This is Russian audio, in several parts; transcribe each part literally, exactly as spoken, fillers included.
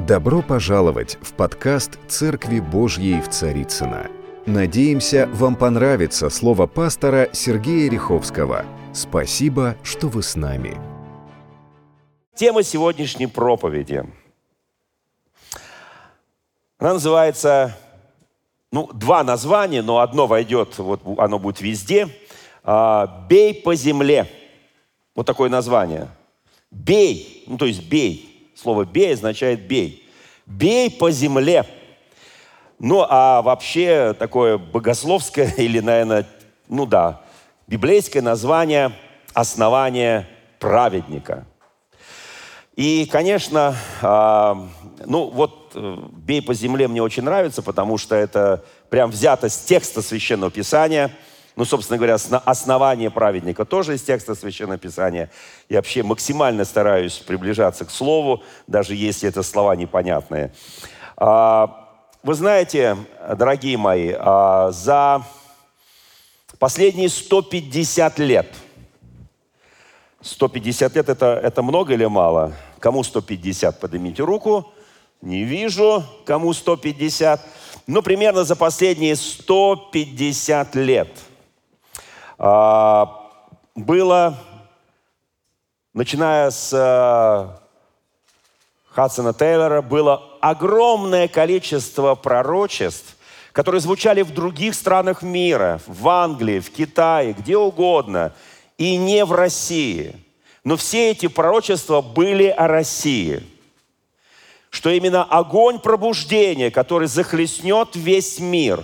Добро пожаловать в подкаст «Церкви Божьей в Царицыно». Надеемся, вам понравится слово пастора Сергея Риховского. Спасибо, что вы с нами. Тема сегодняшней проповеди. Она называется, ну, два названия, но одно войдет, вот оно будет везде. «Бей по земле». Вот такое название. «Бей», ну, то есть «бей». Слово «бей» означает «бей». «Бей по земле». Ну, а вообще такое богословское или, наверное, ну да, библейское название «Основание праведника». И, конечно, ну вот «бей по земле» мне очень нравится, потому что это прям взято с текста Священного Писания. Ну, собственно говоря, основание праведника тоже из текста Священного Писания. Я вообще максимально стараюсь приближаться к Слову, даже если это слова непонятные. Вы знаете, дорогие мои, за последние сто пятьдесят лет, сто пятьдесят лет это, это много или мало? Кому сто пятьдесят? Поднимите руку. Не вижу, кому сто пятьдесят. Ну, примерно за последние сто пятьдесят лет было, начиная с Хадсона Тейлора, было огромное количество пророчеств, которые звучали в других странах мира, в Англии, в Китае, где угодно, и не в России. Но все эти пророчества были о России. Что именно огонь пробуждения, который захлестнет весь мир,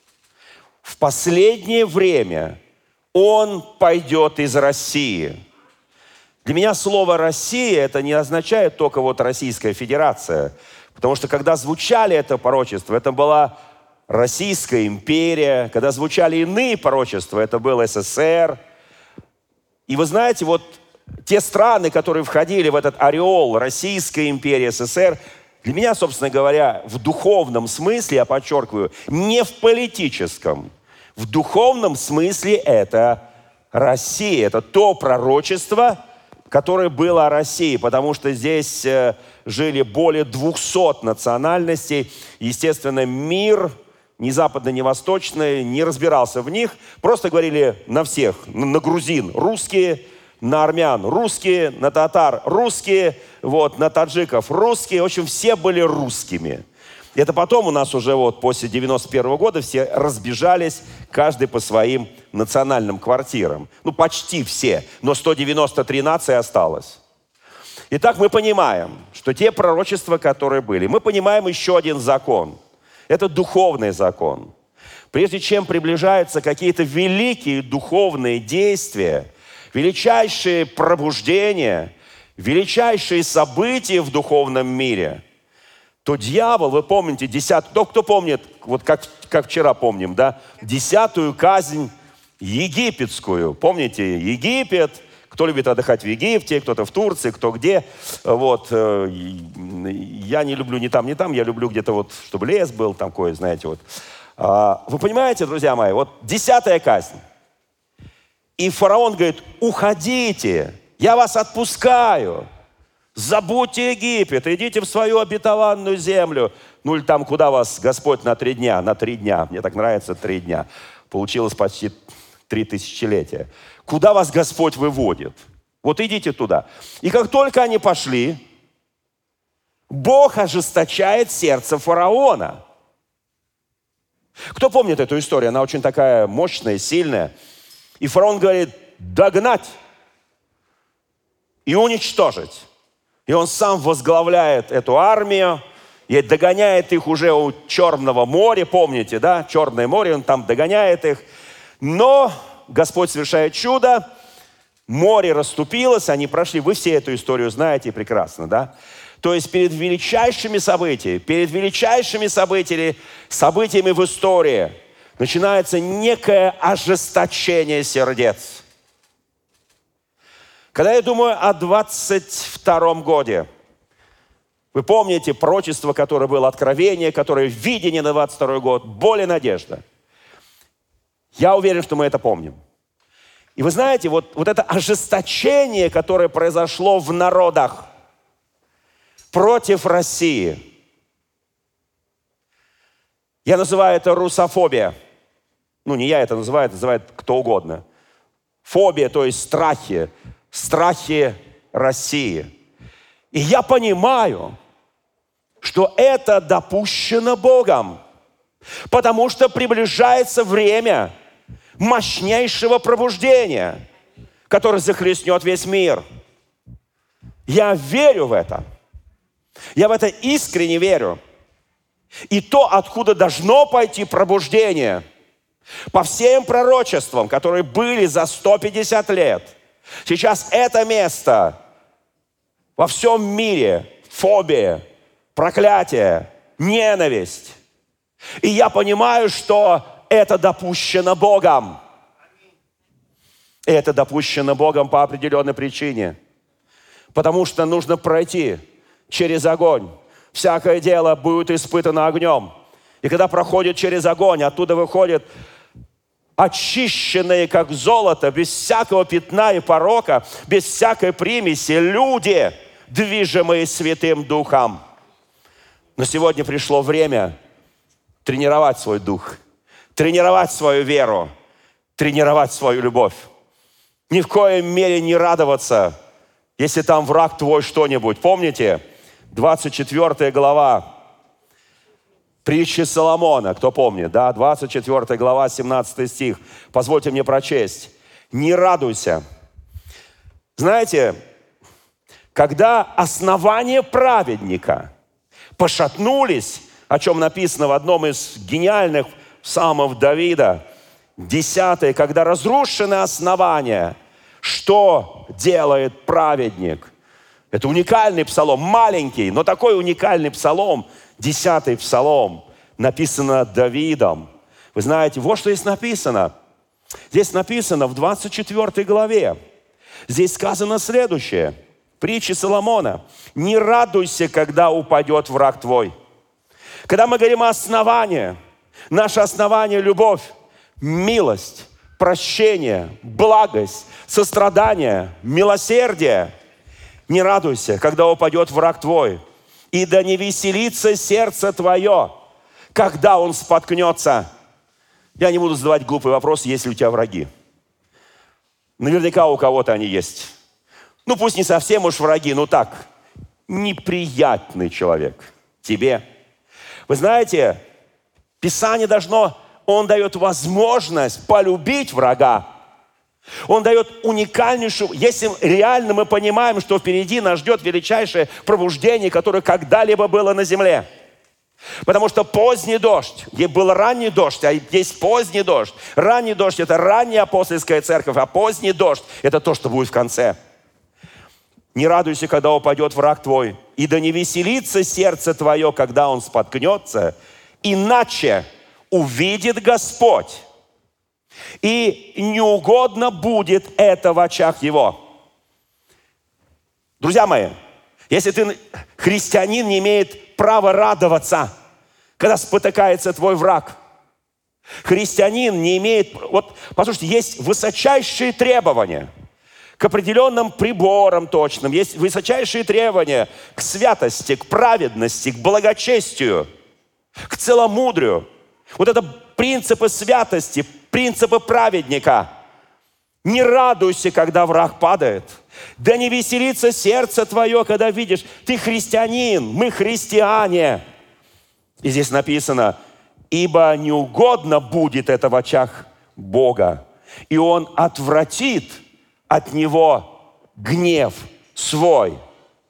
в последнее время он пойдет из России. Для меня слово «Россия» это не означает только вот Российская Федерация. Потому что когда звучали это пророчество, это была Российская империя. Когда звучали иные пророчества, это был СССР. И вы знаете, вот те страны, которые входили в этот ореол Российская империя, СССР, для меня, собственно говоря, в духовном смысле, я подчеркиваю, не в политическом, в духовном смысле это Россия. Это то пророчество, которое было о России, потому что здесь э, жили более двухсот национальностей. Естественно, мир, ни западный, ни восточный, не разбирался в них. Просто говорили на всех, на грузин русские, на армян русские, на татар русские, вот, на таджиков русские. В общем, все были русскими. И это потом у нас уже вот после девяносто первого года все разбежались, каждый по своим национальным квартирам. Ну, почти все, но сто девяносто три нации осталось. Итак, мы понимаем, что те пророчества, которые были, мы понимаем еще один закон. Это духовный закон. Прежде чем приближаются какие-то великие духовные действия, величайшие пробуждения, величайшие события в духовном мире, то дьявол, вы помните, десятую, кто, кто помнит, вот как, как вчера помним, да, десятую казнь египетскую. Помните, Египет, кто любит отдыхать в Египте, кто-то в Турции, кто где. Вот, я не люблю ни там, ни там, я люблю где-то вот, чтобы лес был, там кое, знаете, вот. Вы понимаете, друзья мои, вот десятая казнь. И фараон говорит: уходите, я вас отпускаю. Забудьте Египет, идите в свою обетованную землю. Ну или там, куда вас Господь на три дня, на три дня. Мне так нравится три дня. Получилось почти три тысячелетия. Куда вас Господь выводит? Вот идите туда. И как только они пошли, Бог ожесточает сердце фараона. Кто помнит эту историю? Она очень такая мощная, сильная. И фараон говорит: догнать и уничтожить. И он сам возглавляет эту армию и догоняет их уже у Черного моря, помните, да? Черное море, он там догоняет их. Но Господь совершает чудо, море расступилось, они прошли. Вы все эту историю знаете прекрасно, да? То есть перед величайшими событиями, перед величайшими событиями, событиями в истории начинается некое ожесточение сердец. Когда я думаю о двадцать втором годе, вы помните пророчество, которое было откровение, которое видение на двадцать второй год, боль и надежда. Я уверен, что мы это помним. И вы знаете, вот, вот это ожесточение, которое произошло в народах против России, Я называю это русофобия. Ну, не я это называю, это называет кто угодно. Фобия, то есть страхи. Страхи России. И я понимаю, что это допущено Богом, потому что приближается время мощнейшего пробуждения, которое захлестнет весь мир. Я верю в это. Я в это искренне верю. И то, откуда должно пойти пробуждение, по всем пророчествам, которые были за сто пятьдесят лет, сейчас это место во всем мире, фобия, проклятие, ненависть. И я понимаю, что это допущено Богом. И это допущено Богом по определенной причине. Потому что нужно пройти через огонь. Всякое дело будет испытано огнем. И когда проходит через огонь, оттуда выходят очищенные, как золото, без всякого пятна и порока, без всякой примеси, люди, движимые Святым Духом. Но сегодня пришло время тренировать свой дух, тренировать свою веру, тренировать свою любовь. Ни в коем мере не радоваться, если там враг твой что-нибудь. Помните, двадцать четвёртая глава притчи Соломона, кто помнит, да? двадцать четвёртая глава, семнадцатый стих. Позвольте мне прочесть. «Не радуйся». Знаете, когда основания праведника пошатнулись, о чем написано в одном из гениальных псалмов Давида, десятый, когда разрушены основания, что делает праведник? Это уникальный псалом, маленький, но такой уникальный псалом, десятый псалом, написано Давидом. Вы знаете, вот что здесь написано. Здесь написано в двадцать четвёртой главе. Здесь сказано следующее. Притчи Соломона. «Не радуйся, когда упадет враг твой». Когда мы говорим о основании, наше основание – любовь, милость, прощение, благость, сострадание, милосердие. Не радуйся, когда упадет враг твой, и да не веселится сердце твое, когда он споткнется. Я не буду задавать глупый вопрос, есть ли у тебя враги. Наверняка у кого-то они есть. Ну, пусть не совсем уж враги, но так, неприятный человек тебе. Вы знаете, Писание должно, он дает возможность полюбить врага. Он дает уникальнейшую, если реально мы понимаем, что впереди нас ждет величайшее пробуждение, которое когда-либо было на земле. Потому что поздний дождь, был ранний дождь, а есть поздний дождь. Ранний дождь – это ранняя апостольская церковь, а поздний дождь – это то, что будет в конце. Не радуйся, когда упадет враг твой, и да не веселится сердце твое, когда он споткнется, иначе увидит Господь, и неугодно будет это в очах его. Друзья мои, если ты христианин, не имеет права радоваться, когда спотыкается твой враг. Христианин не имеет... Вот, послушайте, есть высочайшие требования к определенным приборам точным, есть высочайшие требования к святости, к праведности, к благочестию, к целомудрию. Вот это принципы святости, принципы праведника. Не радуйся, когда враг падает. Да не веселится сердце твое, когда видишь, ты христианин, мы христиане. И здесь написано, ибо неугодно будет это в очах Бога, и Он отвратит от него гнев свой.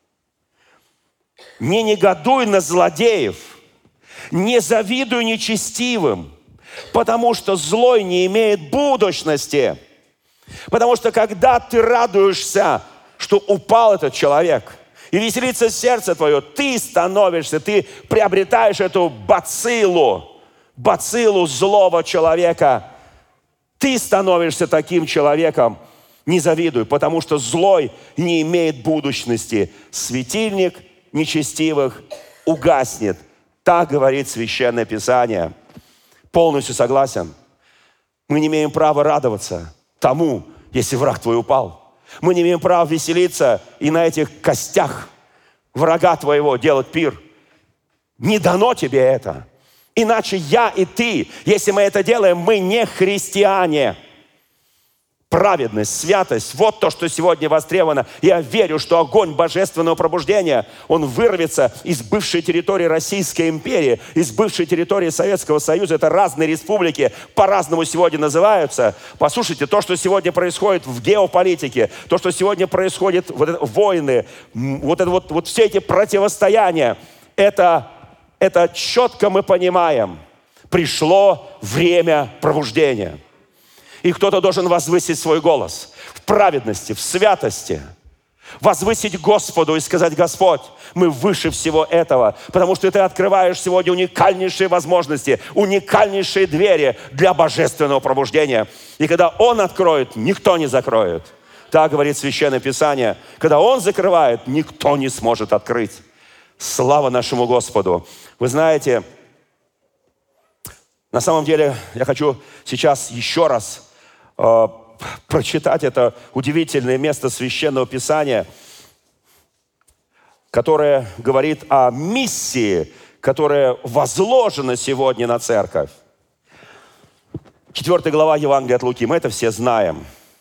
Не негодуй на злодеев, не завидуй нечестивым, потому что злой не имеет будущности. Потому что когда ты радуешься, что упал этот человек, и веселится сердце твое, ты становишься, ты приобретаешь эту бациллу, бациллу злого человека. Ты становишься таким человеком. Не завидуй, потому что злой не имеет будущности. Светильник нечестивых угаснет. Так говорит Священное Писание. Полностью согласен. Мы не имеем права радоваться тому, если враг твой упал. Мы не имеем права веселиться и на этих костях врага твоего делать пир. Не дано тебе это. Иначе я и ты, если мы это делаем, мы не христиане. Праведность, святость – вот то, что сегодня востребовано. Я верю, что огонь божественного пробуждения, он вырвется из бывшей территории Российской империи, из бывшей территории Советского Союза. Это разные республики, по-разному сегодня называются. Послушайте, то, что сегодня происходит в геополитике, то, что сегодня происходит, вот это, войны, вот, это, вот, вот все эти противостояния, это, это четко мы понимаем. Пришло время пробуждения. И кто-то должен возвысить свой голос в праведности, в святости. Возвысить Господу и сказать: Господь, мы выше всего этого, потому что Ты открываешь сегодня уникальнейшие возможности, уникальнейшие двери для божественного пробуждения. И когда Он откроет, никто не закроет. Так говорит Священное Писание. Когда Он закрывает, никто не сможет открыть. Слава нашему Господу! Вы знаете, на самом деле я хочу сейчас еще раз прочитать это удивительное место Священного Писания, которое говорит о миссии, которая возложена сегодня на церковь. Четвертая глава Евангелия от Луки, мы это все знаем.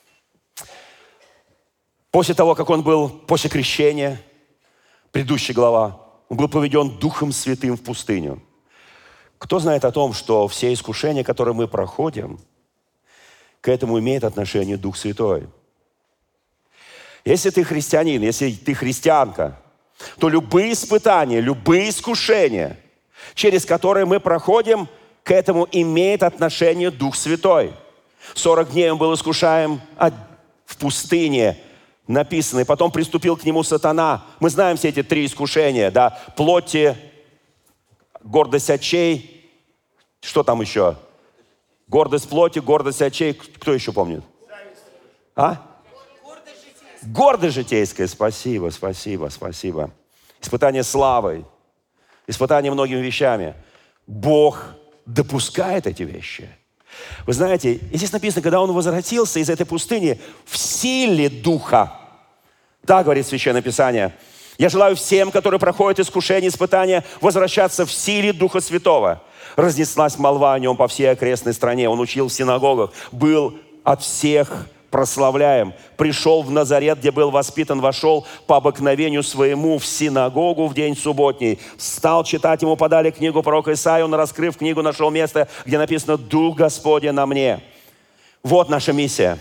После того, как он был, после крещения, предыдущая глава, он был поведен Духом Святым в пустыню. Кто знает о том, что все искушения, которые мы проходим, к этому имеет отношение Дух Святой. Если ты христианин, если ты христианка, то любые испытания, любые искушения, через которые мы проходим, к этому имеет отношение Дух Святой. Сорок дней он был искушаем в пустыне, написано, и потом приступил к нему сатана. Мы знаем все эти три искушения, да, плоти, гордость очей, что там еще? Гордость плоти, гордость очей. Кто еще помнит? А? Гордость житейская. Гордость житейская. Спасибо, спасибо, спасибо. Испытание славой. Испытание многими вещами. Бог допускает эти вещи. Вы знаете, здесь написано, когда он возвратился из этой пустыни в силе Духа. Так говорит Священное Писание. Я желаю всем, которые проходят искушения, испытания, возвращаться в силе Духа Святого. Разнеслась молва о нем по всей окрестной стране. Он учил в синагогах, был от всех прославляем. Пришел в Назарет, где был воспитан, вошел по обыкновению своему в синагогу в день субботний. Стал читать, ему подали книгу пророка Исаии. Он, раскрыв книгу, нашел место, где написано: «Дух Господень на мне». Вот наша миссия.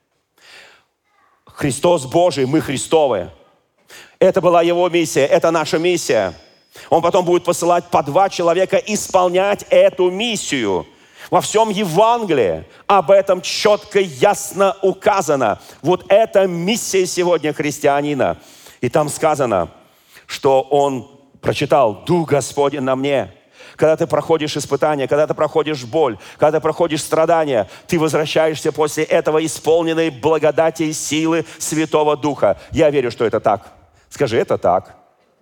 Христос Божий, мы Христовы. Это была Его миссия, это наша миссия. Он потом будет посылать по два человека исполнять эту миссию. Во всем Евангелии об этом четко, ясно указано. Вот это миссия сегодня христианина. И там сказано, что он прочитал: «Дух Господень на мне». Когда ты проходишь испытания, когда ты проходишь боль, когда ты проходишь страдания, ты возвращаешься после этого исполненной благодати и силы Святого Духа. Я верю, что это так. Скажи: это так.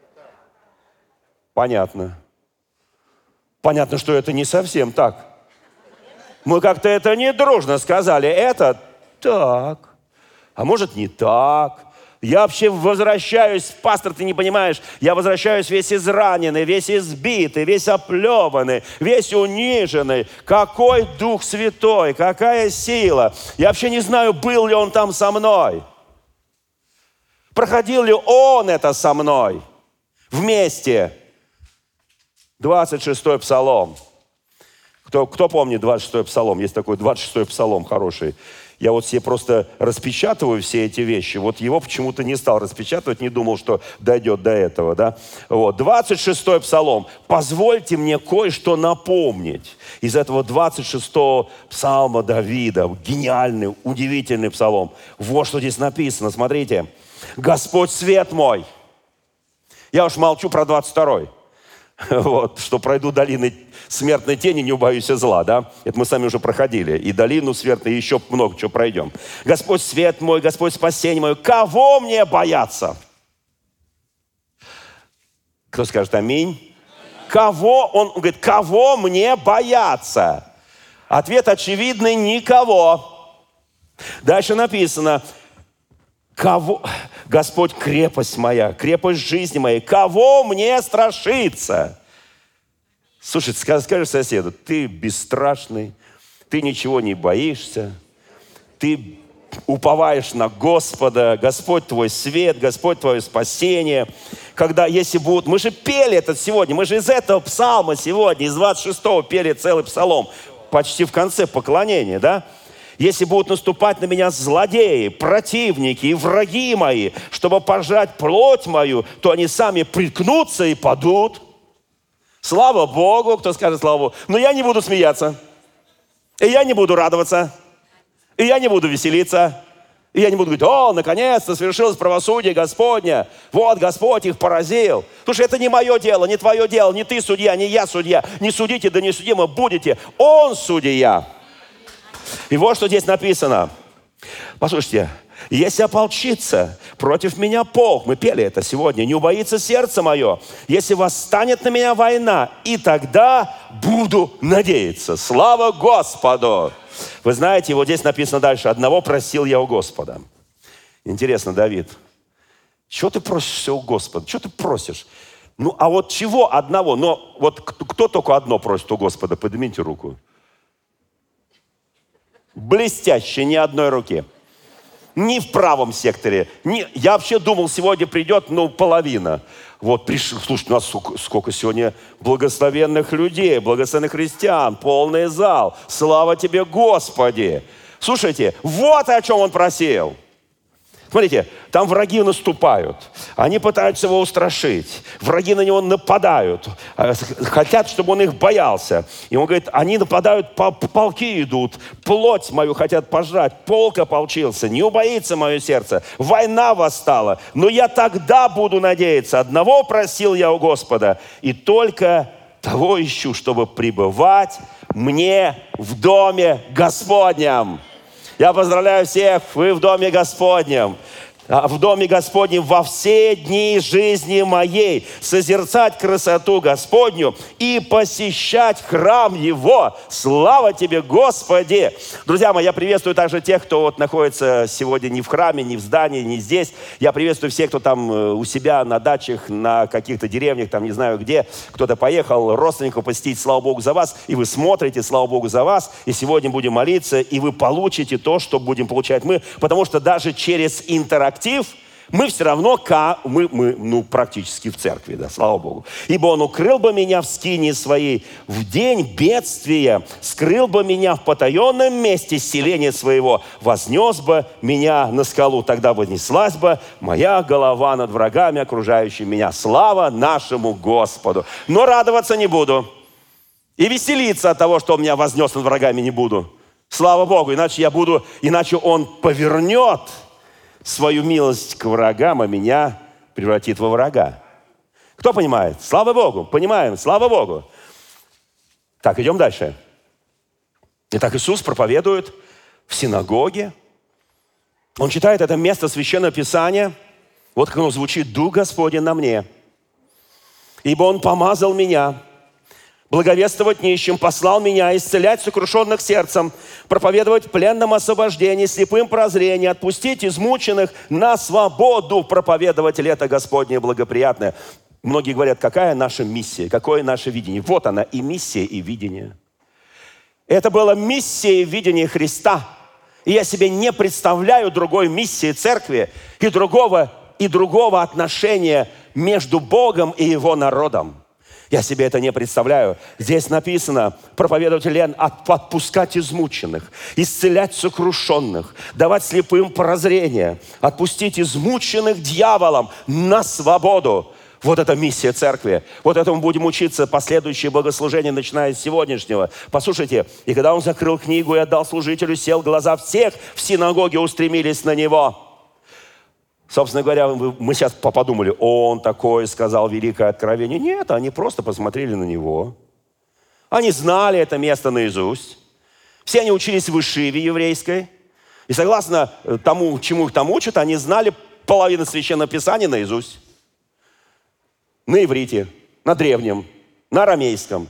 Понятно. Понятно, что это не совсем так. Мы как-то это не дружно сказали. Это так. А может, не так. Я вообще возвращаюсь, пастор, ты не понимаешь, я возвращаюсь весь израненный, весь избитый, весь оплеванный, весь униженный. Какой Дух Святой, какая сила. Я вообще не знаю, был ли Он там со мной. Проходил ли Он это со мной вместе? двадцать шестой Псалом. Кто, кто помнит двадцать шестой Псалом? Есть такой двадцать шестой Псалом хороший. Я вот себе просто распечатываю все эти вещи. Вот его почему-то не стал распечатывать, не думал, что дойдет до этого. Да? Вот. двадцать шестой Псалом. Позвольте мне кое-что напомнить из этого двадцать шестого Псалма Давида. Гениальный, удивительный Псалом. Вот что здесь написано. Смотрите. «Господь свет мой». Я уж молчу про двадцать второй. Вот, что пройду долины смертной тени, не убоюсь зла, да? Это мы сами уже проходили. И долину смертной, и еще много чего пройдем. Господь свет мой, Господь спасение мое. Кого мне бояться? Кто скажет аминь? Кого? Он говорит, кого мне бояться? Ответ очевидный: никого. Дальше написано: кого? Господь крепость моя, крепость жизни моей. Кого мне страшиться? Слушай, скажи соседу, ты бесстрашный, ты ничего не боишься, ты уповаешь на Господа, Господь твой свет, Господь твое спасение. Когда, если будут... Мы же пели это сегодня, мы же из этого псалма сегодня, из двадцать шестого пели целый псалом, почти в конце поклонения, да? Если будут наступать на меня злодеи, противники и враги мои, чтобы пожать плоть мою, то они сами приткнутся и падут. Слава Богу, кто скажет слава Богу. Но я не буду смеяться. И я не буду радоваться. И я не буду веселиться. И я не буду говорить: о, наконец-то свершилось правосудие Господня. Вот Господь их поразил. Слушай, это не мое дело, не твое дело, не ты судья, не я судья. Не судите, да не судимы будете. Он судья. И вот что здесь написано. Послушайте. Если ополчится против меня полк, мы пели это сегодня, не убоится сердце мое, если восстанет на меня война, и тогда буду надеяться. Слава Господу! Вы знаете, вот здесь написано дальше: одного просил я у Господа. Интересно, Давид, чего ты просишься у Господа? Чего ты просишь? Ну, а вот чего одного? Но вот кто только одно просит у Господа? Поднимите руку. Блестяще, ни одной руки. Ни в правом секторе. Ни... Я вообще думал, сегодня придет, ну, половина. Вот, пришли. Слушайте, у нас сколько сегодня благословенных людей, благословенных христиан, полный зал. Слава тебе, Господи! Слушайте, вот о чем он просил. Смотрите, там враги наступают, они пытаются его устрашить, враги на него нападают, хотят, чтобы он их боялся. И он говорит: они нападают, полки идут, плоть мою хотят пожрать, полк ополчился, не убоится мое сердце, война восстала, но я тогда буду надеяться. Одного просил я у Господа, и только того ищу, чтобы пребывать мне в доме Господнем. Я поздравляю всех, вы в доме Господнем. В доме Господнем во все дни жизни моей, созерцать красоту Господню и посещать храм Его. Слава тебе, Господи! Друзья мои, я приветствую также тех, кто вот находится сегодня не в храме, не в здании, не здесь. Я приветствую всех, кто там у себя на дачах, на каких-то деревнях, там не знаю где. Кто-то поехал родственников посетить, слава Богу за вас. И вы смотрите, слава Богу за вас. И сегодня будем молиться, и вы получите то, что будем получать мы. Потому что даже через интерактив мы все равно, мы, мы, ну, практически в церкви, да, слава Богу. Ибо Он укрыл бы меня в скинии своей в день бедствия, скрыл бы меня в потаенном месте селения своего, вознес бы меня на скалу, тогда вознеслась бы моя голова над врагами, окружающими меня. Слава нашему Господу! Но радоваться не буду и веселиться от того, что Он меня вознес над врагами, не буду. Слава Богу, иначе я буду, иначе Он повернет свою милость к врагам, а меня превратит во врага. Кто понимает? Слава Богу! Понимаем? Слава Богу! Так, идем дальше. Итак, Иисус проповедует в синагоге. Он читает это место Священного Писания. Вот как оно звучит: «Дух Господень на мне, ибо Он помазал меня благовествовать нищим, послал меня исцелять сокрушенных сердцем, проповедовать пленным освобождение, слепым прозрение, отпустить измученных на свободу, проповедовать лето Господне благоприятное». Многие говорят: какая наша миссия, какое наше видение? Вот она, и миссия, и видение. Это была миссия и видение Христа. И я себе не представляю другой миссии церкви и другого, и другого отношения между Богом и Его народом. Я себе это не представляю. Здесь написано: проповедовать лен, отпускать измученных, исцелять сокрушенных, давать слепым прозрение, отпустить измученных дьяволом на свободу. Вот это миссия церкви. Вот этому будем учиться последующие богослужения, начиная с сегодняшнего. Послушайте, и когда он закрыл книгу и отдал служителю, сел, глаза всех в синагоге устремились на него. Собственно говоря, мы сейчас подумали: он такое сказал великое откровение. Нет, они просто посмотрели на него. Они знали это место наизусть. Все они учились в Ишиве еврейской. И согласно тому, чему их там учат, они знали половину Священного Писания наизусть. На иврите, на древнем, на арамейском.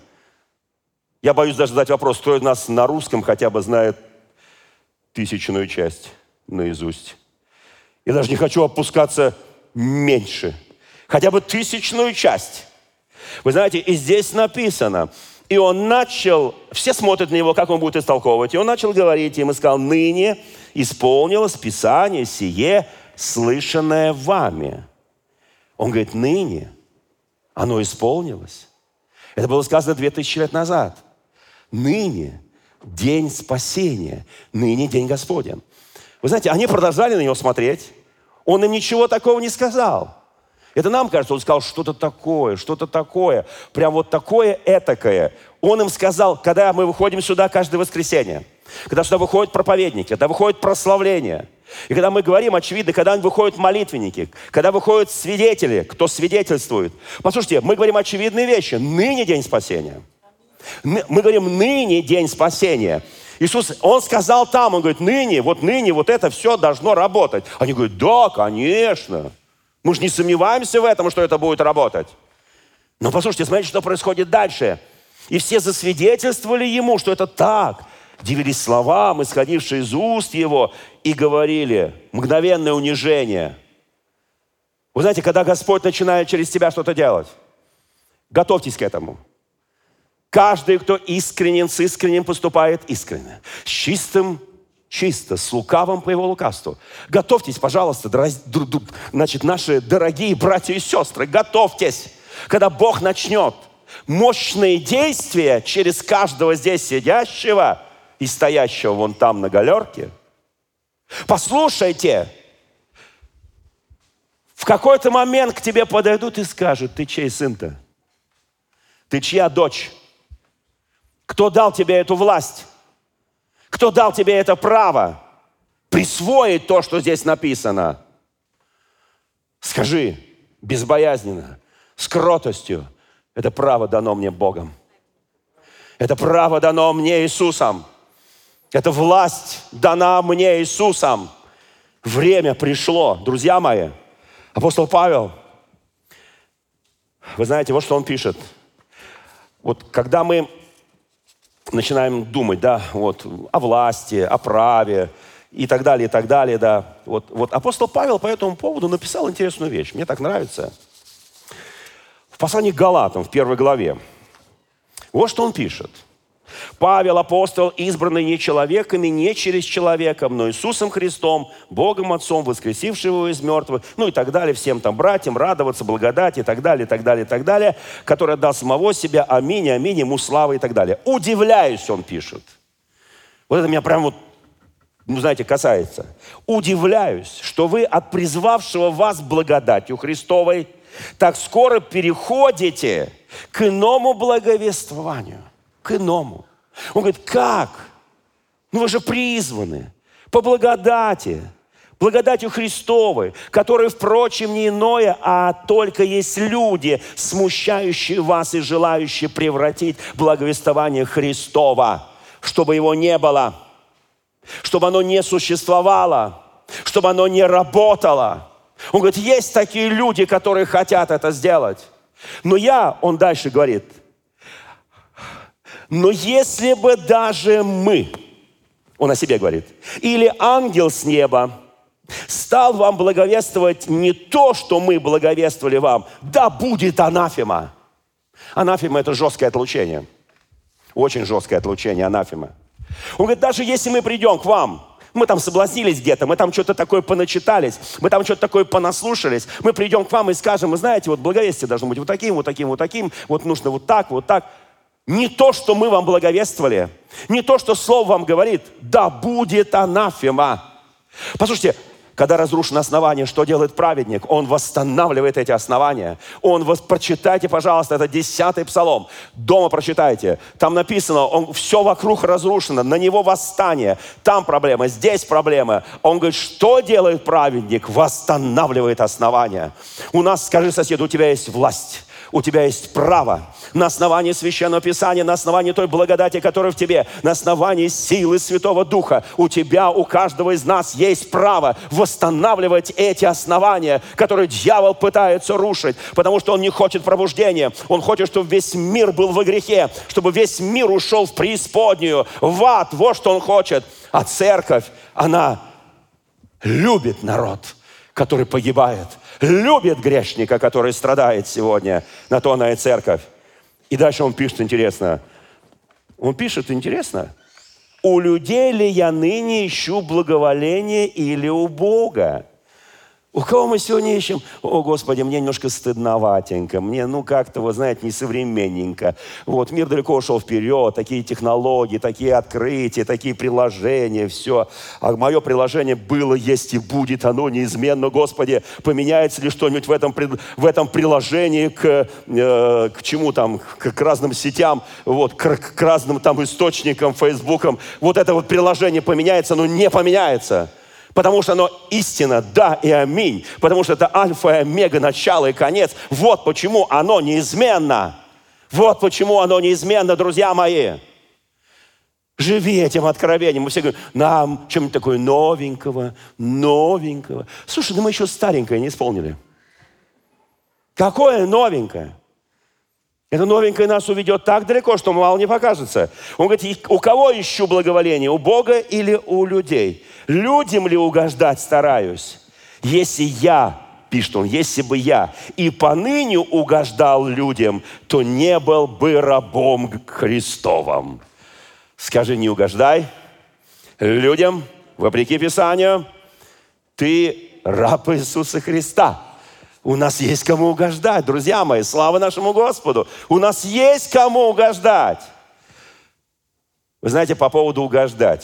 Я боюсь даже задать вопрос: кто из нас на русском хотя бы знает тысячную часть наизусть? Я даже не хочу опускаться меньше. Хотя бы тысячную часть. Вы знаете, и здесь написано, и он начал, все смотрят на него, как он будет истолковывать, и он начал говорить им и сказал: ныне исполнилось Писание сие, слышанное вами. Он говорит: ныне оно исполнилось. Это было сказано две тысячи лет назад. Ныне день спасения, ныне день Господень. Вы знаете, они продолжали на него смотреть. Он им ничего такого не сказал. Это нам кажется, он сказал что-то такое, что-то такое, прям вот такое этакое. Он им сказал, когда мы выходим сюда каждое воскресенье, когда сюда выходят проповедники, когда выходит прославление, и когда мы говорим, очевидно, когда выходят молитвенники, когда выходят свидетели, кто свидетельствует. Послушайте, мы говорим очевидные вещи. Ныне день спасения. Мы говорим, ныне день спасения. Иисус, Он сказал там, Он говорит, ныне, вот ныне, вот это все должно работать. Они говорят, да, конечно. Мы же не сомневаемся в этом, что это будет работать. Но послушайте, смотрите, что происходит дальше. И все засвидетельствовали Ему, что это так. Дивились словам, исходившие из уст Его, и говорили: мгновенное унижение. Вы знаете, когда Господь начинает через тебя что-то делать, готовьтесь к этому. Каждый, кто искренен, с искренним поступает искренне. С чистым чисто, с лукавым по его лукавству. Готовьтесь, пожалуйста, дорог... значит, наши дорогие братья и сестры, готовьтесь, когда Бог начнет мощные действия через каждого здесь сидящего и стоящего вон там на галерке. Послушайте, в какой-то момент к тебе подойдут и скажут: ты чей сын-то? Ты чья дочь? Кто дал тебе эту власть? Кто дал тебе это право присвоить то, что здесь написано? Скажи безбоязненно, с кротостью: это право дано мне Богом. Это право дано мне Иисусом. Эта власть дана мне Иисусом. Время пришло, друзья мои. Апостол Павел, вы знаете, вот что он пишет. Вот когда мы начинаем думать, да, вот, о власти, о праве и так далее, и так далее, да. Вот, вот апостол Павел по этому поводу написал интересную вещь. Мне так нравится. В послании к Галатам, в первой главе. Вот что он пишет. Павел, апостол, избранный не человеками, не через человеком, но Иисусом Христом, Богом Отцом, воскресившего его из мертвых, ну и так далее, всем там братьям радоваться, благодать и так далее, и так далее, и так далее, который отдал самого себя, аминь, аминь, ему слава и так далее. Удивляюсь, он пишет. Вот это меня прям вот, ну знаете, касается. Удивляюсь, что вы от призвавшего вас благодатью Христовой так скоро переходите к иному благовествованию. К иному. Он говорит, как? Ну вы же призваны по благодати, благодатью Христовой, которая, впрочем, не иное, а только есть люди, смущающие вас и желающие превратить благовествование Христова, чтобы его не было, чтобы оно не существовало, чтобы оно не работало. Он говорит, есть такие люди, которые хотят это сделать. Но я, он дальше говорит, но если бы даже мы, он о себе говорит, или ангел с неба стал вам благовествовать не то, что мы благовествовали вам, да будет анафема. Анафема – это жесткое отлучение. Очень жесткое отлучение, анафема. Он говорит, даже если мы придем к вам, мы там соблазнились где-то, мы там что-то такое поначитались, мы там что-то такое понаслушались, мы придем к вам и скажем, вы знаете, вот благовестие должно быть вот таким, вот таким, вот таким, вот нужно вот так, вот так. Не то, что мы вам благовествовали, не то, что Слово вам говорит, да будет анафема. Послушайте, когда разрушено основание, что делает праведник? Он восстанавливает эти основания. Он, вос... прочитайте, пожалуйста, это десятый псалом. Дома прочитайте. Там написано, он... все вокруг разрушено, на него восстание. Там проблема, здесь проблема. Он говорит, что делает праведник? Восстанавливает основания. У нас, скажи соседу, у тебя есть власть. У тебя есть право на основании Священного Писания, на основании той благодати, которая в тебе, на основании силы Святого Духа. У тебя, у каждого из нас есть право восстанавливать эти основания, которые дьявол пытается рушить, потому что он не хочет пробуждения. Он хочет, чтобы весь мир был во грехе, чтобы весь мир ушел в преисподнюю, в ад. Вот что он хочет. А церковь, она любит народ, который погибает, любит грешника, который страдает сегодня. На то она и церковь. И дальше он пишет интересно. Он пишет интересно. У людей ли я ныне ищу благоволение или у Бога? У кого мы сегодня ищем? О, Господи, мне немножко стыдноватенько, мне, ну, как-то, вы знаете, несовременненько. Вот, мир далеко ушел вперед, такие технологии, такие открытия, такие приложения, все. А мое приложение было, есть и будет, оно неизменно, Господи. Поменяется ли что-нибудь в этом, в этом приложении к, э, к чему там, к, к разным сетям, вот, к, к разным там источникам, фейсбукам. Вот это вот приложение поменяется, но не поменяется. Потому что оно истина, да и аминь. Потому что это альфа и омега, начало и конец. Вот почему оно неизменно. Вот почему оно неизменно, друзья мои. Живи этим откровением. Мы все говорим, нам чем-нибудь такое новенького, новенького. Слушай, да мы еще старенькое не исполнили. Какое новенькое? Это новенькое нас уведет так далеко, что мало не покажется. Он говорит, у кого ищу благоволение? У Бога или у людей? Людям ли угождать стараюсь? Если я, пишет он, если бы я и поныне угождал людям, то не был бы рабом Христовым. Скажи, не угождай людям, вопреки Писанию, ты раб Иисуса Христа. У нас есть кому угождать, друзья мои, слава нашему Господу. У нас есть кому угождать. Вы знаете, по поводу угождать.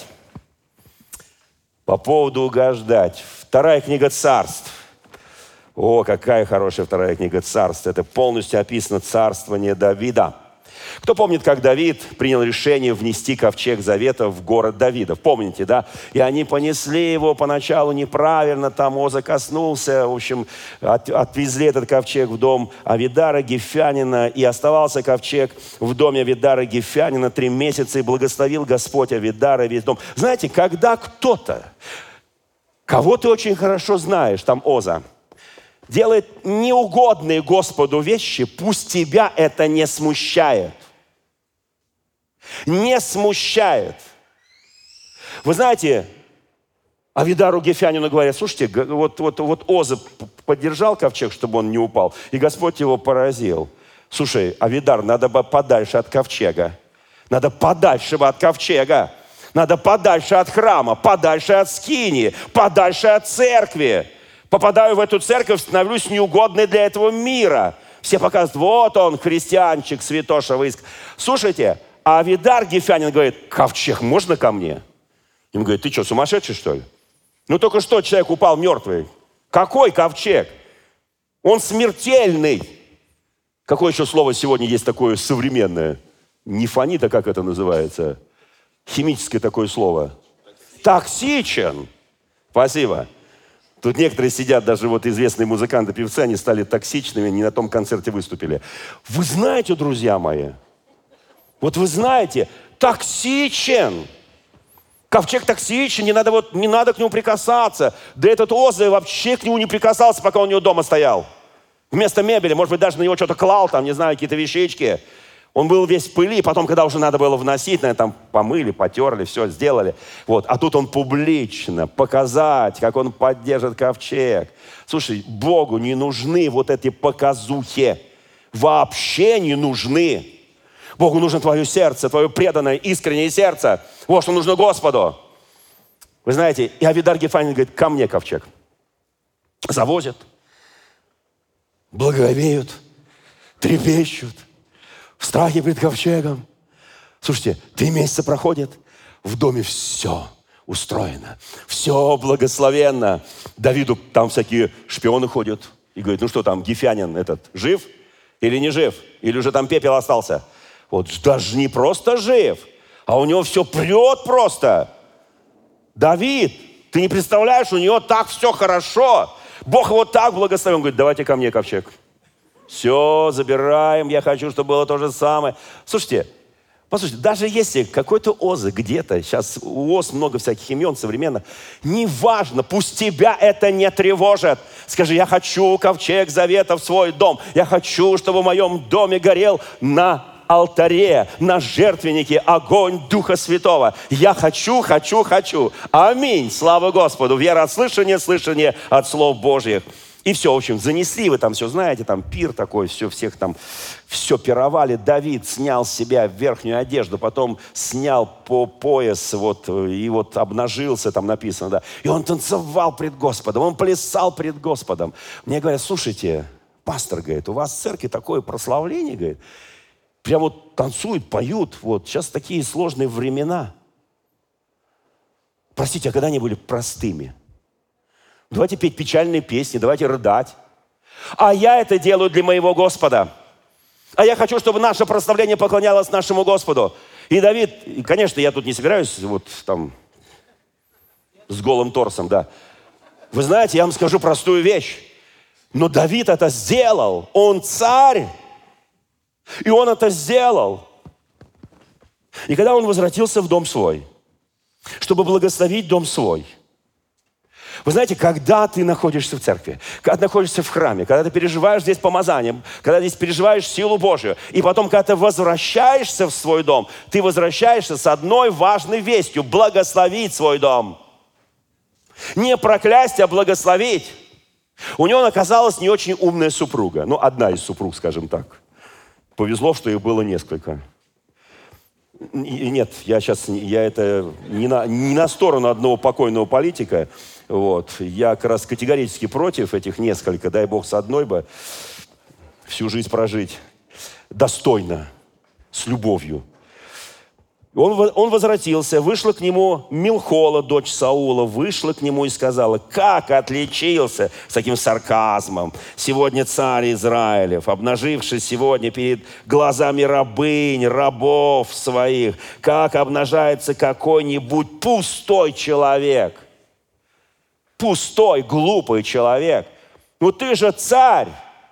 По поводу угождать. Вторая книга Царств. О, какая хорошая вторая книга Царств. Это полностью описано царствование Давида. Кто помнит, как Давид принял решение внести ковчег завета в город Давидов? Помните, да? И они понесли его поначалу неправильно, там Оза коснулся, в общем, от, отвезли этот ковчег в дом Авидара Гефянина, и оставался ковчег в доме Авидара Гефянина три месяца, и благословил Господь Авидара и весь дом. Знаете, когда кто-то, кого ты очень хорошо знаешь, там Оза, делает неугодные Господу вещи, пусть тебя это не смущает. Не смущает. Вы знаете, Авидару Гефянину говорят, слушайте, вот, вот, вот Оза поддержал ковчег, чтобы он не упал, и Господь его поразил. Слушай, Авидар, надо бы подальше от ковчега. Надо подальше от ковчега. Надо подальше от храма, подальше от скинии, подальше от церкви. Попадаю в эту церковь, становлюсь неугодной для этого мира. Все показывают, вот он, христианчик, святоша выиск. Слушайте, а Авидар Гефянин говорит, ковчег можно ко мне? Им говорит, ты что, сумасшедший, что ли? Ну только что человек упал мертвый. Какой ковчег? Он смертельный. Какое еще слово сегодня есть такое современное? Нефонит, а как это называется? Химическое такое слово. Токсичен. Спасибо. Тут некоторые сидят, даже вот известные музыканты, певцы, они стали токсичными, не на том концерте выступили. Вы знаете, друзья мои, вот вы знаете, токсичен. Ковчег токсичен, не надо, вот, не надо к нему прикасаться. Да этот Оза вообще к нему не прикасался, пока он у него дома стоял. Вместо мебели, может быть, даже на него что-то клал, там, не знаю, какие-то вещички. Он был весь в пыли, потом, когда уже надо было вносить, наверное, там помыли, потерли, все сделали. Вот. А тут он публично показать, как он поддержит ковчег. Слушай, Богу не нужны вот эти показухи. Вообще не нужны. Богу нужно твое сердце, твое преданное, искреннее сердце. Вот что нужно Господу. Вы знаете, и Авидар Гефянин говорит, ко мне ковчег. Завозят, благоговеют, трепещут. В страхе перед ковчегом. Слушайте, три месяца проходит, в доме все устроено, все благословенно. Давиду там всякие шпионы ходят и говорят, ну что там, Гефянин этот жив или не жив? Или уже там пепел остался? Вот даже не просто жив, а у него все прет просто. Давид, ты не представляешь, у него так все хорошо. Бог его так благословил. Он говорит, давайте ко мне ковчег. Все, забираем, я хочу, чтобы было то же самое. Слушайте, послушайте, даже если какой-то Оза где-то, сейчас у Оз много всяких имен современно, неважно, пусть тебя это не тревожит. Скажи, я хочу ковчег завета в свой дом. Я хочу, чтобы в моем доме горел на алтаре, на жертвеннике огонь Духа Святого. Я хочу, хочу, хочу. Аминь. Слава Господу. Вера от слышания, слышание от слов Божьих. И все, в общем, занесли, вы там все знаете, там пир такой, все, всех там, все пировали. Давид снял с себя верхнюю одежду, потом снял по пояс, вот, и вот обнажился, там написано, да. И он танцевал пред Господом, он плясал пред Господом. Мне говорят, слушайте, пастор, говорит, у вас в церкви такое прославление, говорит, прям вот танцуют, поют, вот, сейчас такие сложные времена. Простите, а когда они были простыми? Давайте петь печальные песни, давайте рыдать. А я это делаю для моего Господа. А я хочу, чтобы наше прославление поклонялось нашему Господу. И Давид, и, конечно, я тут не собираюсь вот там с голым торсом, да. Вы знаете, я вам скажу простую вещь. Но Давид это сделал. Он царь. И он это сделал. И когда он возвратился в дом свой, чтобы благословить дом свой, вы знаете, когда ты находишься в церкви, когда ты находишься в храме, когда ты переживаешь здесь помазание, когда ты здесь переживаешь силу Божию, и потом, когда ты возвращаешься в свой дом, ты возвращаешься с одной важной вестью – благословить свой дом. Не проклясть, а благословить. У него оказалась не очень умная супруга. Ну, одна из супруг, скажем так. Повезло, что их было несколько. И нет, я сейчас я это не на, не на сторону одного покойного политика. Вот. Я как раз категорически против этих несколько. Дай Бог с одной бы всю жизнь прожить достойно, с любовью. Он, он возвратился, вышла к нему Милхола, дочь Саула, вышла к нему и сказала, как отличился, с таким сарказмом, сегодня царь Израилев, обнажившись сегодня перед глазами рабынь, рабов своих, как обнажается какой-нибудь пустой человек. Пустой, глупый человек. Ну ты же царь.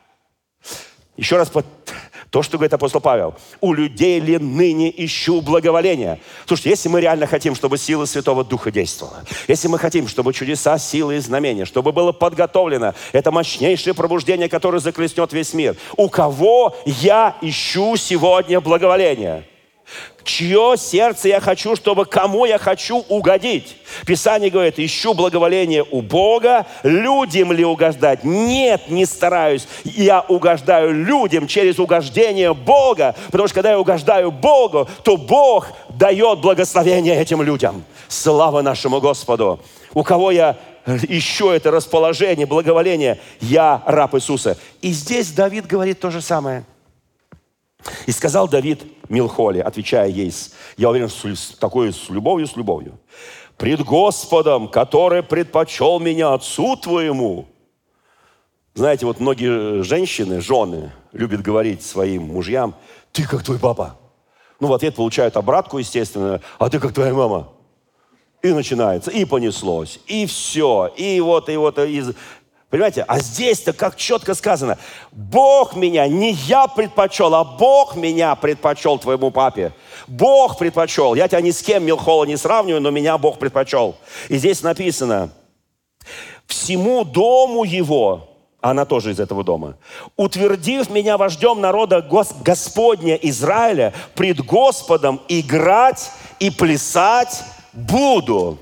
Еще раз под... То, что говорит апостол Павел. У людей ли ныне ищу благоволения? Слушайте, если мы реально хотим, чтобы сила Святого Духа действовала, если мы хотим, чтобы чудеса, силы и знамения, чтобы было подготовлено это мощнейшее пробуждение, которое захлестнет весь мир. У кого я ищу сегодня благоволения? Чье сердце я хочу, чтобы кому я хочу угодить? Писание говорит, ищу благоволение у Бога, людям ли угождать? Нет, не стараюсь. Я угождаю людям через угождение Бога, потому что когда я угождаю Богу, то Бог дает благословение этим людям. Слава нашему Господу! У кого я ищу это расположение, благоволение, я раб Иисуса. И здесь Давид говорит то же самое. И сказал Давид Милхоле, отвечая ей, я уверен, с такой с любовью, с любовью. Пред Господом, который предпочел меня отцу твоему. Знаете, вот многие женщины, жены, любят говорить своим мужьям, ты как твой папа. Ну, в ответ получают обратку, естественно, а ты как твоя мама. И начинается, и понеслось, и все, и вот, и вот, и... Понимаете? А здесь-то как четко сказано. Бог меня, не я предпочел, а Бог меня предпочел твоему папе. Бог предпочел. Я тебя ни с кем, Милхола, не сравниваю, но меня Бог предпочел. И здесь написано, всему дому его, она тоже из этого дома, утвердив меня вождем народа Господня Израиля, пред Господом играть и плясать буду.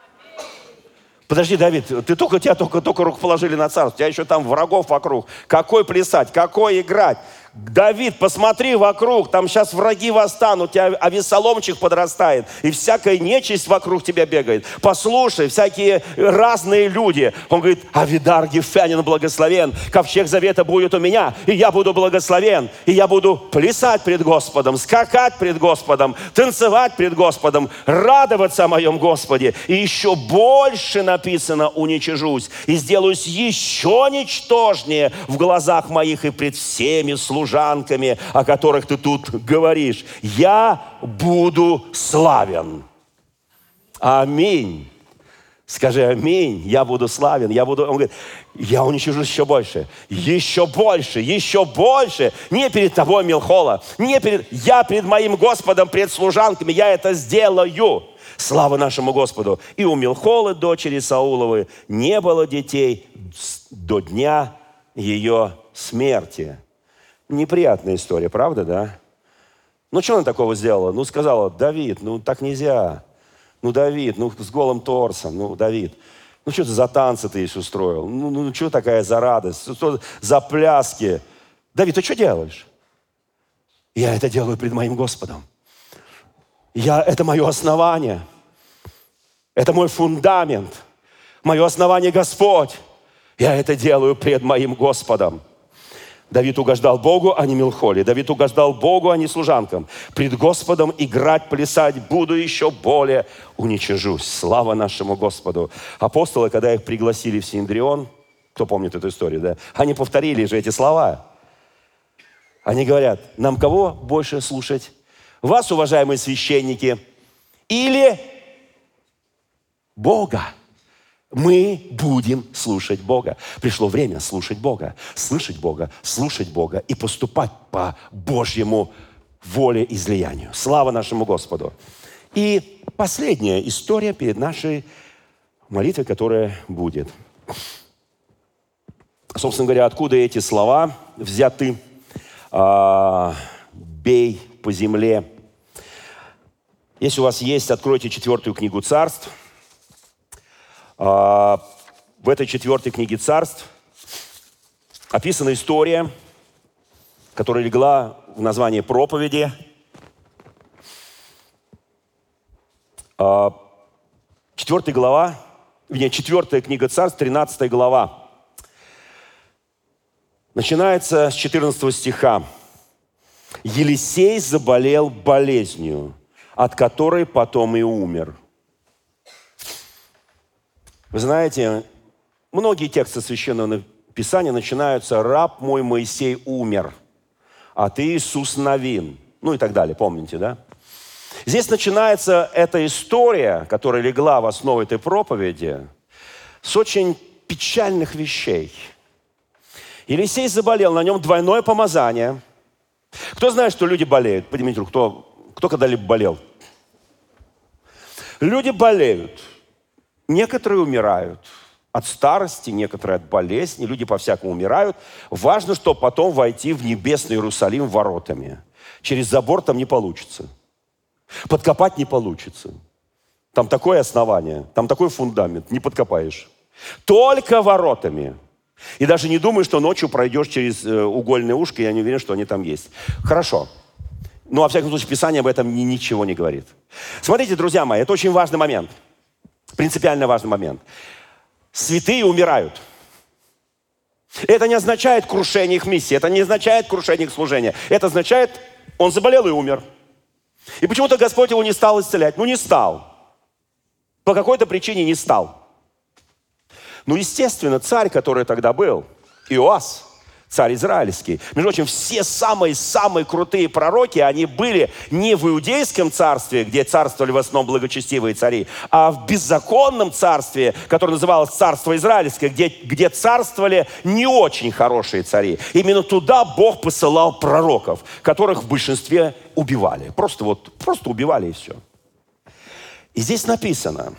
Подожди, Давид, ты только, тебя только, только руку положили на царство, у тебя еще там врагов вокруг. Какой плясать, какой играть? Давид, посмотри вокруг, там сейчас враги восстанут, у тебя Авессаломчик подрастает, и всякая нечисть вокруг тебя бегает. Послушай, всякие разные люди. Он говорит, Авидар Гефянин благословен, ковчег завета будет у меня, и я буду благословен, и я буду плясать пред Господом, скакать пред Господом, танцевать пред Господом, радоваться о моем Господе. И еще больше написано, уничижусь, и сделаюсь еще ничтожнее в глазах моих и пред всеми служителями, служанками, о которых ты тут говоришь. Я буду славен. Аминь. Скажи аминь. Я буду славен. Я буду... Он говорит, я уничижусь еще больше. Еще больше. Еще больше. Не перед тобой, Милхола. Не перед... Я перед моим Господом, пред служанками. Я это сделаю. Слава нашему Господу. И у Милхолы, дочери Сауловой, не было детей до дня ее смерти. Неприятная история, правда, да? Ну, что она такого сделала? Ну, сказала: Давид, ну, так нельзя. Ну, Давид, ну, с голым торсом. Ну, Давид, ну, что ты за танцы ты здесь устроил? Ну, ну, что такая за радость? Что за пляски? Давид, ты что делаешь? Я это делаю пред моим Господом. Я, это мое основание. Это мой фундамент. Мое основание Господь. Я это делаю пред моим Господом. Давид угождал Богу, а не Милхоле. Давид угождал Богу, а не служанкам. Пред Господом играть, плясать буду, еще более уничижусь. Слава нашему Господу. Апостолы, когда их пригласили в Синедрион, кто помнит эту историю, да? Они повторили же эти слова. Они говорят: нам кого больше слушать? Вас, уважаемые священники, или Бога? Мы будем слушать Бога. Пришло время слушать Бога, слышать Бога, слушать Бога и поступать по Божьему воле и излиянию. Слава нашему Господу. И последняя история перед нашей молитвой, которая будет. Собственно говоря, откуда эти слова взяты? А, «Бей по земле». Если у вас есть, откройте четвертую книгу Царств. В этой четвертой книге Царств описана история, которая легла в название проповеди. Четвертая глава, нет, четвертая книга Царств, тринадцатая глава. Начинается с четырнадцатого стиха. «Елисей заболел болезнью, от которой потом и умер». Вы знаете, многие тексты Священного Писания начинаются: «Раб мой Моисей умер, а ты, Иисус, Навин». Ну и так далее, помните, да? Здесь начинается эта история, которая легла в основу этой проповеди, с очень печальных вещей. Елисей заболел, на нем двойное помазание. Кто знает, что люди болеют? Поднимите руку, кто, кто когда-либо болел? Люди болеют. Некоторые умирают от старости, некоторые от болезни. Люди по-всякому умирают. Важно, чтобы потом войти в небесный Иерусалим воротами. Через забор там не получится. Подкопать не получится. Там такое основание, там такой фундамент, не подкопаешь. Только воротами. И даже не думай, что ночью пройдешь через угольное ушко, я не уверен, что они там есть. Хорошо. Но, во всяком случае, Писание об этом ничего не говорит. Смотрите, друзья мои, это очень важный момент. Принципиально важный момент. Святые умирают. Это не означает крушение их миссии, это не означает крушение их служения. Это означает, он заболел и умер. И почему-то Господь его не стал исцелять. Ну, не стал. По какой-то причине не стал. Ну, естественно, царь, который тогда был, Иоас, царь израильский. Между прочим, все самые-самые крутые пророки, они были не в иудейском царстве, где царствовали в основном благочестивые цари, а в беззаконном царстве, которое называлось царство израильское, где, где царствовали не очень хорошие цари. Именно туда Бог посылал пророков, которых в большинстве убивали. Просто вот, просто убивали и все. И здесь написано: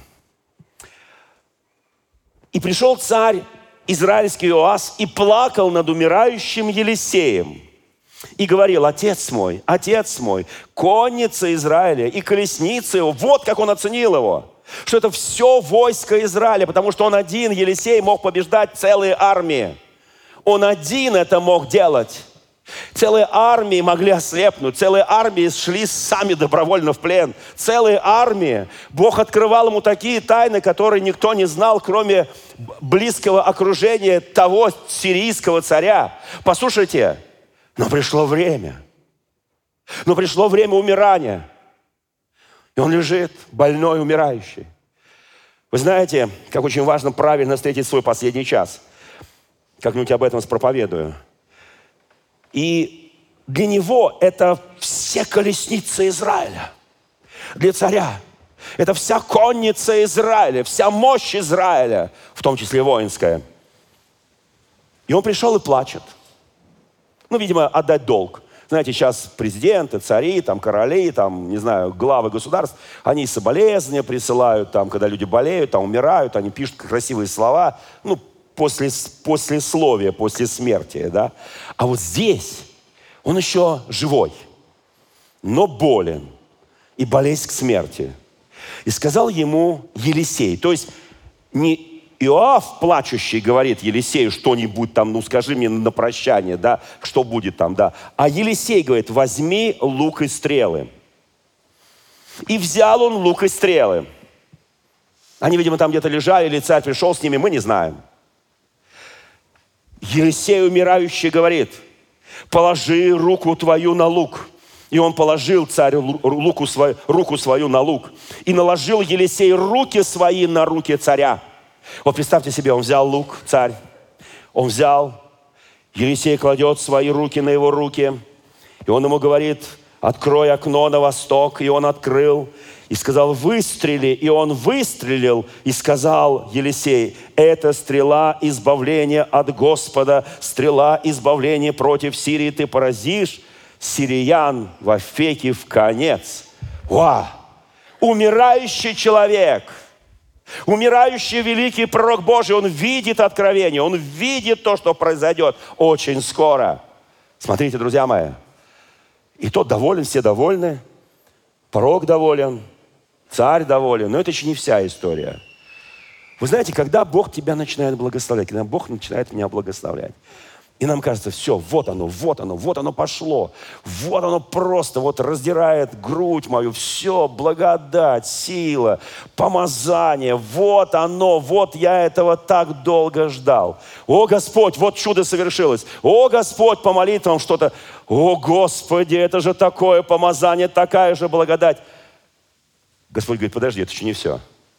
«И пришел царь израильский Иоас и плакал над умирающим Елисеем. И говорил: отец мой, отец мой, конница Израиля и колесница его». Вот как он оценил его. Что это все войско Израиля, потому что он один, Елисей, мог побеждать целые армии. Он один это мог делать. Целые армии могли ослепнуть, целые армии шли сами добровольно в плен. Целые армии. Бог открывал ему такие тайны, которые никто не знал, кроме близкого окружения того сирийского царя. Послушайте, но пришло время. Но пришло время умирания. И он лежит, больной, умирающий. Вы знаете, как очень важно правильно встретить свой последний час. Как-нибудь об этом спроповедую. И для него это все колесницы Израиля. Для царя. Это вся конница Израиля, вся мощь Израиля, в том числе воинская. И он пришел и плачет. Ну, видимо, отдать долг. Знаете, сейчас президенты, цари, там, короли, там, не знаю, главы государств, они соболезнования присылают, там, когда люди болеют, там, умирают, они пишут красивые слова. Ну, После, послесловия, после смерти, да? А вот здесь он еще живой. но болен, и болезнь к смерти. И сказал ему Елисей, то есть не Иоав, плачущий, говорит Елисею что-нибудь там, ну скажи мне на прощание, да, что будет там, да. А Елисей говорит, возьми лук и стрелы. И взял он лук и стрелы. Они, видимо, там где-то лежали, или царь пришел с ними, мы не знаем. Елисей умирающий говорит, положи руку твою на лук. И он положил царь руку свою, руку свою на лук. И наложил Елисей руки свои на руки царя. Вот представьте себе, он взял лук, царь. Он взял, Елисей кладет свои руки на его руки. И он ему говорит, открой окно на восток. И он открыл. И сказал, выстрели. И он выстрелил. И сказал Елисей, это стрела избавления от Господа. Стрела избавления против Сирии. Ты поразишь сириян во веки в конец. Ва! Умирающий человек, умирающий великий пророк Божий, он видит откровение, он видит то, что произойдет очень скоро. Смотрите, друзья мои, и тот доволен, все довольны, пророк доволен, царь доволен, но это еще не вся история. Вы знаете, когда Бог тебя начинает благословлять, когда Бог начинает меня благословлять, и нам кажется, все, вот оно, вот оно, вот оно пошло. Вот оно просто вот раздирает грудь мою. Все, благодать, сила, помазание. Вот оно, вот я этого так долго ждал. О, Господь, вот чудо совершилось. О, Господь, по молитвам что-то. О, Господи, это же такое помазание, такая же благодать. Господь говорит, подожди, это еще не все.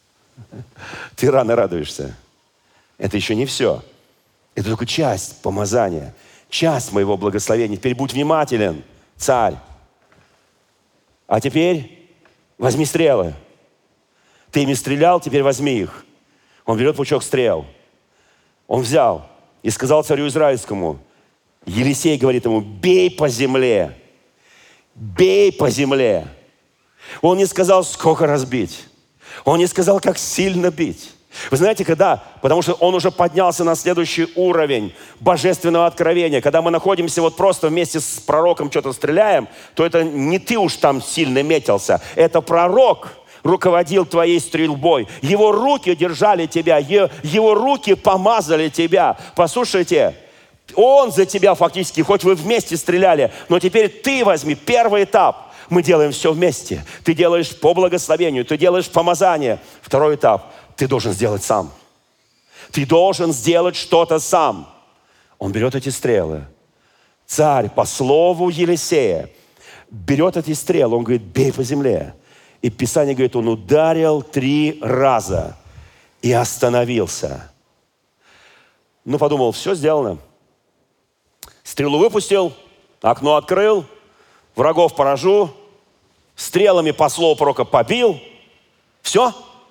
Ты рано радуешься. Это еще не все. Это только часть помазания, часть моего благословения. Теперь будь внимателен, царь. А теперь возьми стрелы. Ты ими стрелял, теперь возьми их. Он берет пучок стрел. Он взял и сказал царю израильскому, Елисей говорит ему, бей по земле, бей по земле. Он не сказал, сколько разбить. Он не сказал, как сильно бить. Вы знаете, когда? Потому что он уже поднялся на следующий уровень божественного откровения. Когда мы находимся вот просто вместе с пророком что-то стреляем, то это не ты уж там сильно метился. Это пророк руководил твоей стрельбой. Его руки держали тебя, его руки помазали тебя. Послушайте, он за тебя фактически, хоть вы вместе стреляли, но теперь ты возьми первый этап. Мы делаем все вместе. Ты делаешь по благословению, ты делаешь помазание. Второй этап. Ты должен сделать сам. Ты должен сделать что-то сам. Он берет эти стрелы. Царь по слову Елисея берет эти стрелы. Он говорит, бей по земле. И Писание говорит, он ударил три раза и остановился. Ну, подумал, все сделано. Стрелу выпустил, окно открыл, врагов поражу, стрелами по слову пророка побил. Все.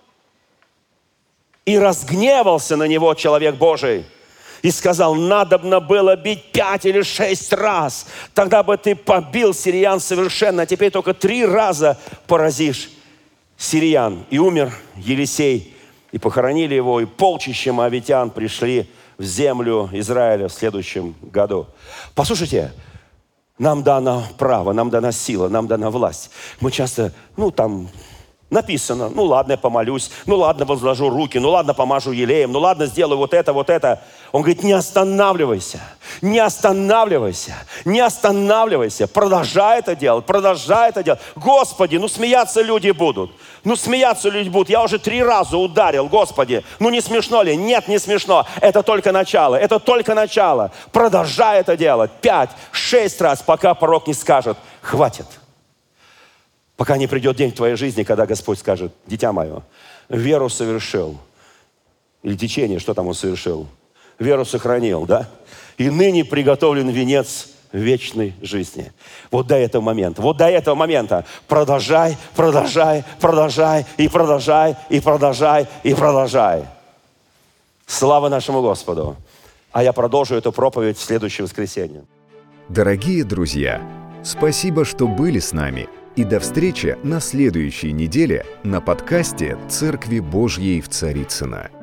И разгневался на него человек Божий. И сказал, надобно было бить пять или шесть раз. Тогда бы ты побил сириян совершенно. А теперь только три раза поразишь сириян. И умер Елисей. И похоронили его. И полчища моавитян пришли в землю Израиля в следующем году. Послушайте, нам дано право, нам дана сила, нам дана власть. Мы часто, ну там... Написано, ну ладно, я помолюсь, ну ладно, возложу руки, ну ладно, помажу елеем, ну ладно, сделаю вот это, вот это. Он говорит, не останавливайся, не останавливайся, не останавливайся, продолжай это делать, продолжай это делать. Господи, ну смеяться люди будут, ну смеяться люди будут. Я уже три раза ударил, Господи, ну не смешно ли? Нет, не смешно, это только начало, это только начало. Продолжай это делать пять, шесть раз, пока пророк не скажет, хватит. Пока не придет день в твоей жизни, когда Господь скажет, дитя мое, веру совершил. Или течение, что там он совершил? Веру сохранил, да? И ныне приготовлен венец вечной жизни. Вот до этого момента, вот до этого момента продолжай, продолжай, продолжай, и продолжай, и продолжай, и продолжай. Слава нашему Господу. А я продолжу эту проповедь в следующее воскресенье. Дорогие друзья, спасибо, что были с нами. И до встречи на следующей неделе на подкасте «Церкви Божьей в Царицыно».